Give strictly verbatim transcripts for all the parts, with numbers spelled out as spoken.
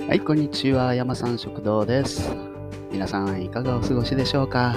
はい、こんにちは。山さん食堂です。皆さん、いかがお過ごしでしょうか？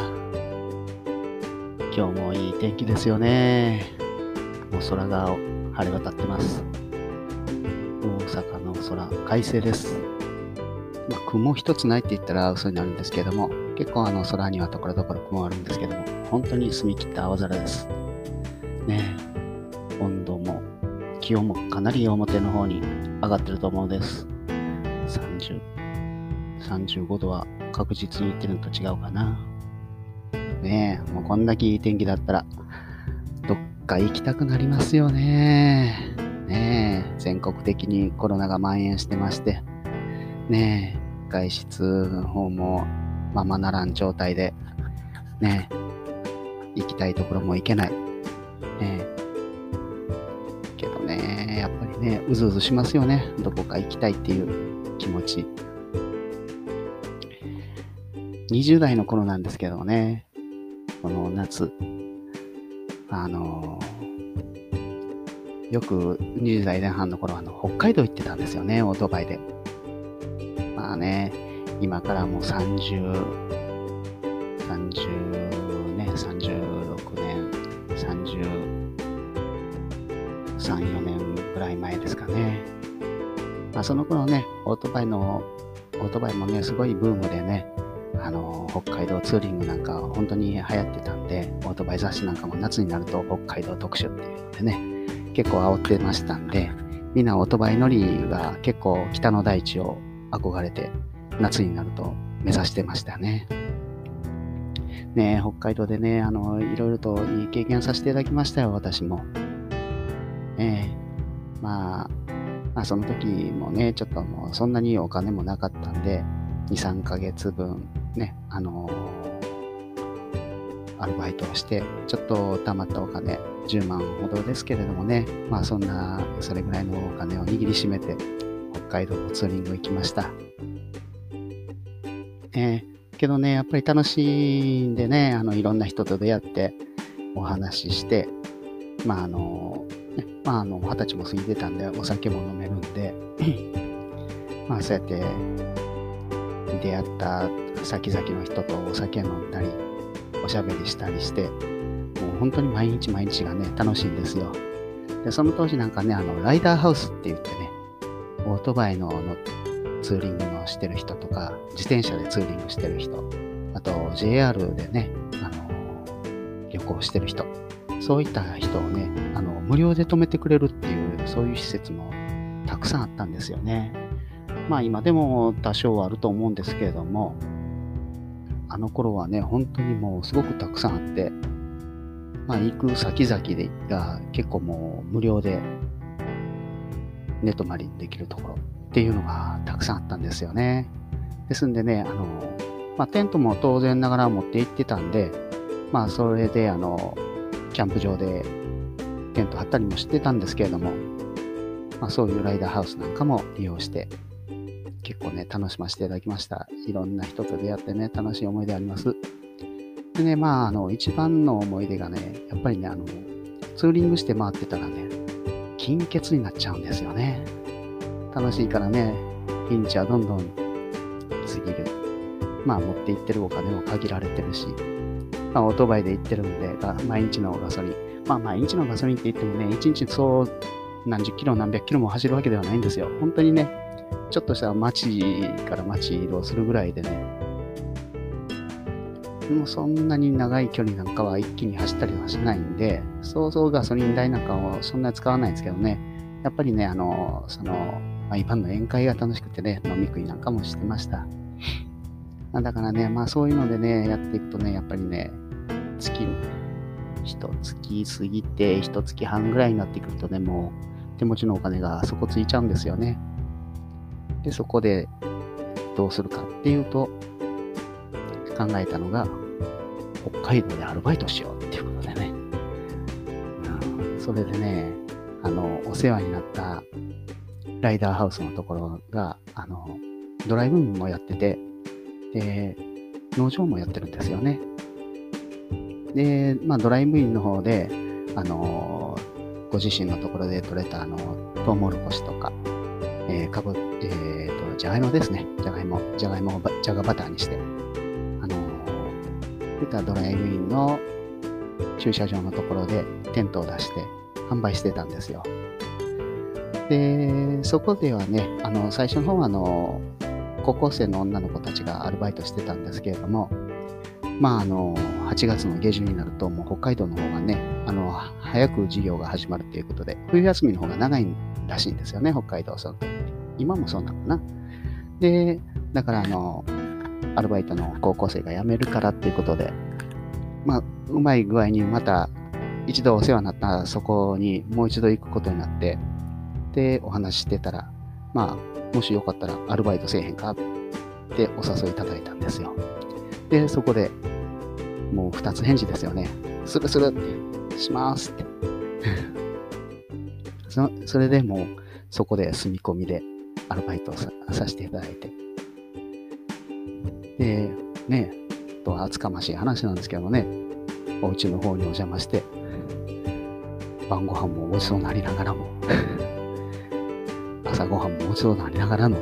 今日もいい天気ですよね。もう空が晴れ渡ってます。大阪の空、快晴です。まあ、雲一つないって言ったら嘘になるんですけども、結構あの空にはところどころ雲あるんですけども、本当に澄み切った青空です。ねえ、温度も気温もかなり表の方に上がってると思うんです。さんじゅう、さんじゅうごどは確実に言ってるのと違うかな。ねえ、もうこんだけいい天気だったら、どっか行きたくなりますよね。ねえ、全国的にコロナが蔓延してまして、ねえ、外出の方もままならん状態で、ねえ、行きたいところも行けない。ねえ、けどね、やっぱりね、うずうずしますよね。どこか行きたいっていう気持ち。にじゅう代の頃なんですけどね、この夏、あのよくにじゅう代前半の頃あの北海道行ってたんですよね、オートバイで。まあね、今からもうさんじゅう、さんじゅうね、さんじゅうろくねん、さんじゅうさん、よねんぐらい前ですかね。まあその頃ね、オートバイの、オートバイもね、すごいブームでね、あの、北海道ツーリングなんか本当に流行ってたんで、オートバイ雑誌なんかも夏になると北海道特集っていうのでね、結構煽ってましたんで、みんなオートバイ乗りが結構北の大地を憧れて、夏になると目指してましたね。ねえ、北海道でね、あの、いろいろといい経験させていただきましたよ、私も。ええ、まあ、まあ、その時もね、ちょっともうそんなにお金もなかったんで、に、さんかげつぶんね、あのアルバイトをして、ちょっと貯まったお金、じゅうまんほどですけれどもね、まあそんな、それぐらいのお金を握りしめて、北海道のツーリング行きました。えー、けどね、やっぱり楽しいんでね、あの、いろんな人と出会って、お話しして、まああの、ね、まああの、二十歳も過ぎてたんで、お酒も飲めるんで、まあそうやって出会った先々の人とお酒飲んだり、おしゃべりしたりして、もう本当に毎日毎日がね、楽しいんですよ。で、その当時なんかね、あの、ライダーハウスって言ってね、オートバイののツーリングのしてる人とか、自転車でツーリングしてる人、あと ジェイアール でね、あの、旅行してる人、そういった人をね、あの、無料で泊めてくれるっていう、そういう施設もたくさんあったんですよね。まあ今でも多少はあると思うんですけれども、あの頃はね、本当にもうすごくたくさんあって、まあ行く先々でが結構もう無料で寝泊まりできるところっていうのがたくさんあったんですよね。ですんでね、あの、まあテントも当然ながら持って行ってたんで、まあそれであの、キャンプ場でテント張ったりもしてたんですけれども、まあそういうライダーハウスなんかも利用して、結構ね、楽しませていただきました。いろんな人と出会ってね、楽しい思い出あります。でね、まあ、あの、一番の思い出がね、やっぱりね、あの、ツーリングして回ってたらね、金欠になっちゃうんですよね。楽しいからね、日にちはどんどん過ぎる。まあ、持って行ってるお金も限られてるし、まあ、オートバイで行ってるんで、毎日のガソリン。まあ、毎日のガソリンって言ってもね、一日そう何十キロ何百キロも走るわけではないんですよ。本当にね、ちょっとした街から街移動するぐらいでね、もうそんなに長い距離なんかは一気に走ったりはしないんで、そうそうガソリン代なんかをそんなに使わないんですけどね、やっぱりね、あの、その、毎晩の宴会が楽しくてね、飲み食いなんかもしてました。だからね、まあそういうのでね、やっていくとね、やっぱりね、月、一月過ぎて、一月半ぐらいになってくるとね、もう手持ちのお金が底ついちゃうんですよね。で、そこでどうするかっていうと、考えたのが、北海道でアルバイトしようっていうことでね。うん、それでね、あの、お世話になったライダーハウスのところが、あの、ドライブインもやってて、で、農場もやってるんですよね。で、まあ、ドライブインの方で、あの、ご自身のところで採れた、あの、トウモロコシとか、えー、かぶ、えーと、 じゃがいもですね。じゃがいも、じゃがいもをじゃがバターにして、あのそういったドライブインの駐車場のところでテントを出して販売してたんですよ。で、そこではね、あの、最初の方はあの、高校生の女の子たちがアルバイトしてたんですけれども、まあ、あの、はちがつの下旬になると、もう北海道の方がね、あの、早く授業が始まるということで、冬休みの方が長いらしいんですよね、北海道その時。今もそうなのかな。で、だからあの、アルバイトの高校生が辞めるからっていうことで、まあ、うまい具合にまた一度お世話になったそこにもう一度行くことになって、で、お話ししてたら、まあ、もしよかったらアルバイトせえへんかってお誘いいただいたんですよ。で、そこでもう二つ返事ですよね。するするって、しますって。そそれでもうそこで住み込みでアルバイトを さ, させていただいて。で、ね、と厚かましい話なんですけどね、お家の方にお邪魔して、晩ご飯もごちそうになりながらも、朝ごはんもごちそうになりながらの、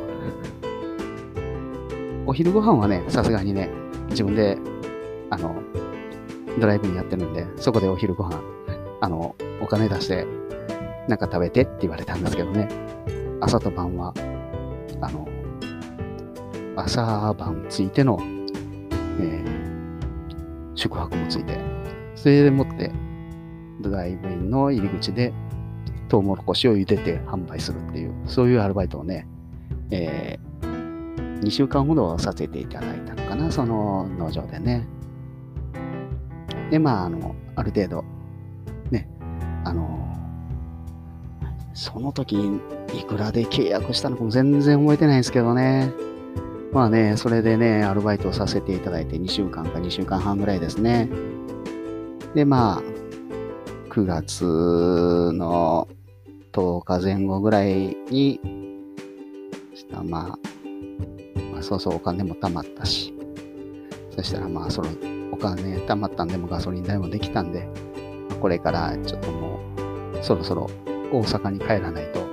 お昼ご飯はね、さすがにね、自分で、あの、ドライブにやってるんで、そこでお昼ご飯、あの、お金出して、なんか食べてって言われたんですけどね、朝と晩は、あの、朝晩ついての、えー、宿泊もついて、それでもって、ドライブインの入り口で、トウモロコシを茹でて販売するっていう、そういうアルバイトをね、えー、にしゅうかんほどさせていただいたのかな、その農場でね。で、まあ、あの、ある程度、ね、あの、その時、いくらで契約したのかも全然覚えてないんですけどね。まあね、それでね、アルバイトをさせていただいてにしゅうかんかにしゅうかんはんぐらいですね。で、まあ、くがつのとおかぜん後ぐらいに、したまあ、まあ、そうそうお金も貯まったし、そしたらまあ、そのお金貯まったんでもガソリン代もできたんで、これからちょっともう、そろそろ大阪に帰らないと、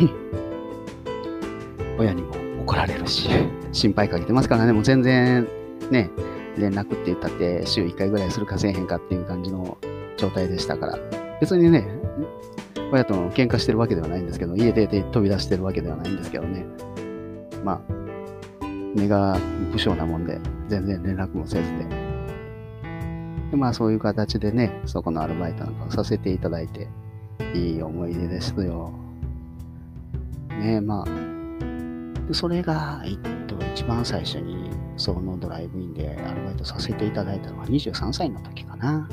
親にも怒られるし、心配かけてますからね、もう全然ね、連絡って言ったって週いっかいぐらいするかせえへんかっていう感じの状態でしたから、別にね、親と喧嘩してるわけではないんですけど、家出て飛び出してるわけではないんですけどね。まあ、根が不祥なもんで、全然連絡もせずで。でまあ、そういう形でね、そこのアルバイトなんかをさせていただいて、いい思い出ですよ。ねえ、まあ、それが、えっと、一番最初に、そのドライブインでアルバイトさせていただいたのはにじゅうさんさいの時かな。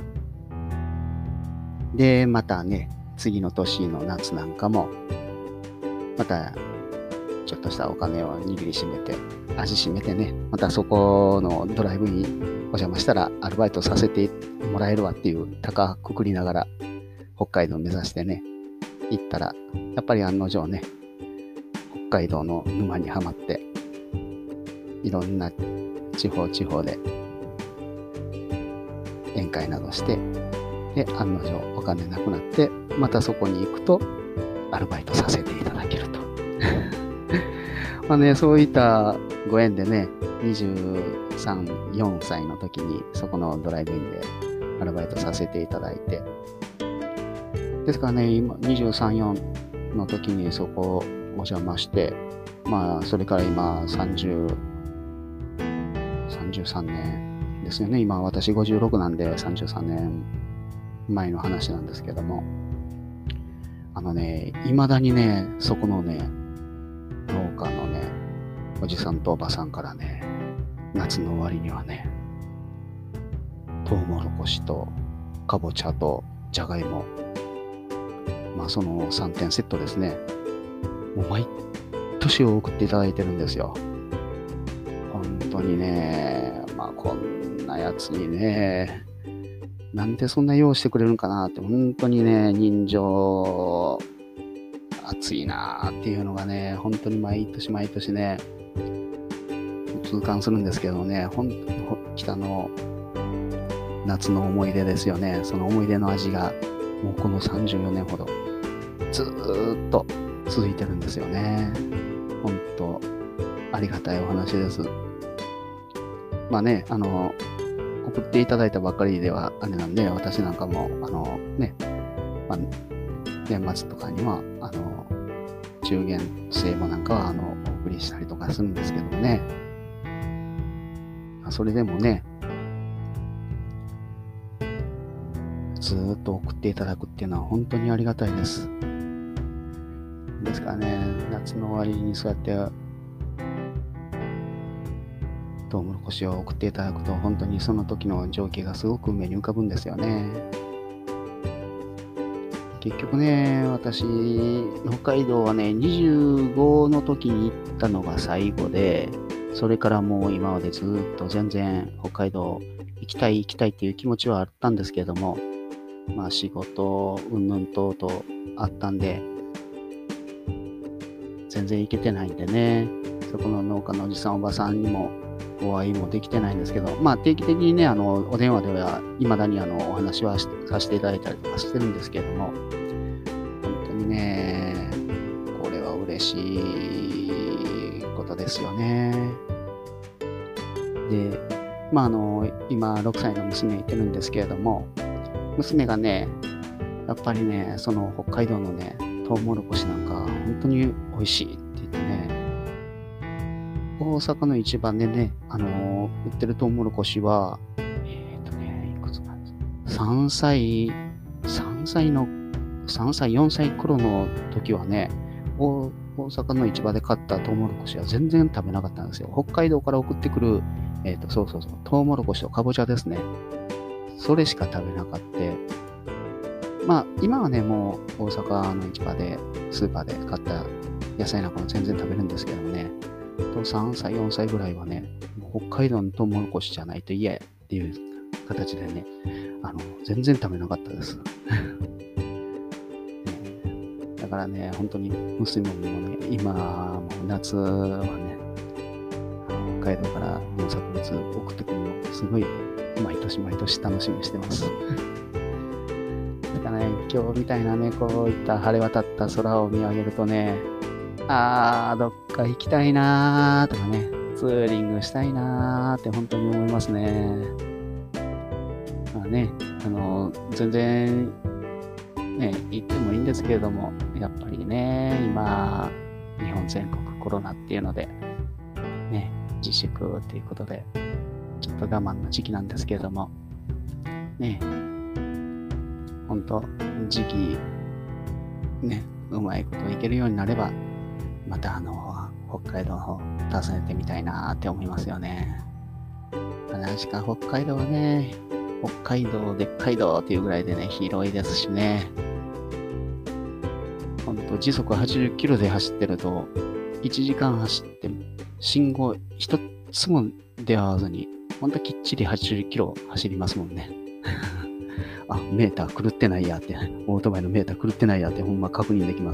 で、またね、次の年の夏なんかも、また、ちょっとしたお金を握りしめて、味しめてね、またそこのドライブにお邪魔したらアルバイトさせてもらえるわっていう高くくりながら、北海道を目指してね、行ったら、やっぱり案の定ね、北海道の沼にはまって、いろんな地方地方で宴会などして、で、案の定お金なくなって、またそこに行くと、アルバイトさせていただけると。まあね、そういったご縁でね、にじゅうさん、よんさいの時にそこのドライブインでアルバイトさせていただいて、ですからね、今にじゅうさん、よんの時にそこをお邪魔して、まあ、それから今さんじゅう、さんじゅうさんねんですよね。今私ごじゅうろくなんでさんじゅうさんねんまえの話なんですけども、あのね、未だにね、そこのね、農家のね、おじさんとおばさんからね、夏の終わりにはね、トウモロコシとかぼちゃとじゃがいも、まあそのさんてんセットですね、もう毎年を送っていただいてるんですよ。本当にね、まあこんなやつにね、なんでそんな用意してくれるんかなって、本当にね、人情熱いなーっていうのがね、本当に毎年毎年ね、痛感するんですけどね、ほん北の夏の思い出ですよね。その思い出の味が、もうこのさんじゅうよねんほど、ずーっと続いてるんですよね。本当ありがたいお話です。まあね、あの、送っていただいたばっかりではあれなんで、私なんかも、あのね、まあ、年末とかには、あの、中元聖母なんかは、あの、お送りしたりとかするんですけどもね。それでもね、ずーっと送っていただくっていうのは本当にありがたいです。ですからね、夏の終わりにそうやって、トウモロコシを送っていただくと、本当にその時の情景がすごく目に浮かぶんですよね。結局ね、私、北海道はね、にじゅうごの時に行ったのが最後で、それからもう今までずっと全然北海道行きたい行きたいっていう気持ちはあったんですけれども、まあ仕事、うんぬんとうとあったんで、全然行けてないんでね、そこの農家のおじさんおばさんにもお会いもできてないんですけど、まあ定期的にね、あの、お電話では未だにあの、お話はさせていただいたりとかしてるんですけれども、本当にね、これは嬉しいことですよね。で、まああの、今ろくさいの娘いてるんですけれども、娘がね、やっぱりね、その北海道のね、トウモロコシなんか本当に美味しいって言ってね、大阪の市場でね、あのー、売ってるトウモロコシは、えっとね、いくつなんですか、さんさい、さんさいの、さんさい、よんさい頃の時はね、大阪の市場で買ったトウモロコシは全然食べなかったんですよ。北海道から送ってくる、えっと、そうそうそう、トウモロコシとかぼちゃですね。それしか食べなかった。まあ、今はね、もう大阪の市場で、スーパーで買った野菜なんかも全然食べるんですけどもね、さんさい、よんさいぐらいはね、北海道のトウモロコシじゃないと嫌やっていう形でね、あの、全然食べなかったです。だからね、本当に娘もね、今も夏はね、北海道から農作物送ってくるのをすごい毎年毎年楽しみにしてます。だからね、今日みたいなね、こういった晴れ渡った空を見上げるとね、あー、どっか行きたいなーとかね、ツーリングしたいなーって本当に思いますね。まあね、あの、全然、ね、行ってもいいんですけれども、やっぱりね、今、日本全国コロナっていうので、ね、自粛っていうことで、ちょっと我慢の時期なんですけれども、ね、ほんと、時期、ね、うまいこといけるようになれば、またあの、北海道の方、訪ねてみたいなって思いますよね。確か北海道はね、北海道、でっかい道っていうぐらいでね、広いですしね。ほんと、時速はちじゅっキロで走ってると、いちじかん走って、信号一つも出会わずに、ほんときっちりはちじゅっキロ走りますもんね。あ、メーター狂ってないやって、オートバイのメーター狂ってないやってほんま確認できます。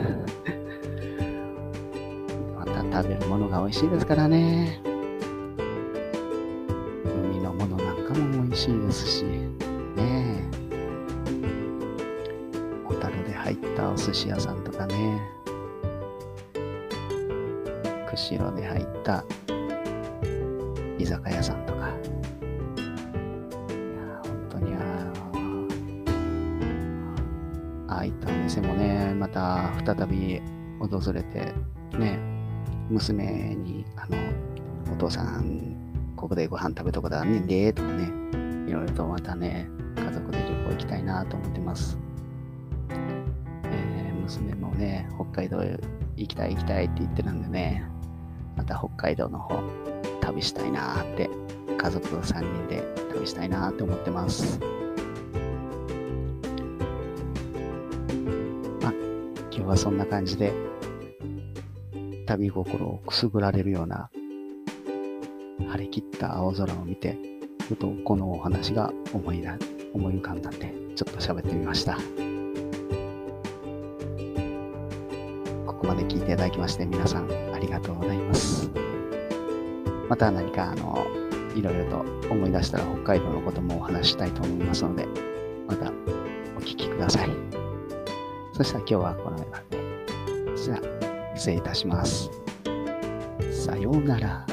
また食べるものが美味しいですからね。海のものなんかも美味しいですし、ねえ。小樽で入ったお寿司屋さんとかね、釧路で入った居酒屋さんとか、ああいったお店もね、また再び訪れて、ね、娘に、あの、お父さん、ここでご飯食べとこだねんで、とかね、いろいろとまたね、家族で旅行行きたいなと思ってます。えー、娘もね、北海道行きたい行きたいって言ってるんでね、また北海道の方、旅したいなって、家族さんにんで旅したいなって思ってます。今日はそんな感じで旅心をくすぐられるような晴れ切った青空を見て、ふとこのお話が思いだ思い浮かんだんでちょっと喋ってみました。ここまで聞いていただきまして皆さんありがとうございます。また何かあのいろいろと思い出したら北海道のこともお話ししたいと思いますので、またお聞きください。そしたら今日はこのようなで、じゃあ失礼いたします。 さようなら。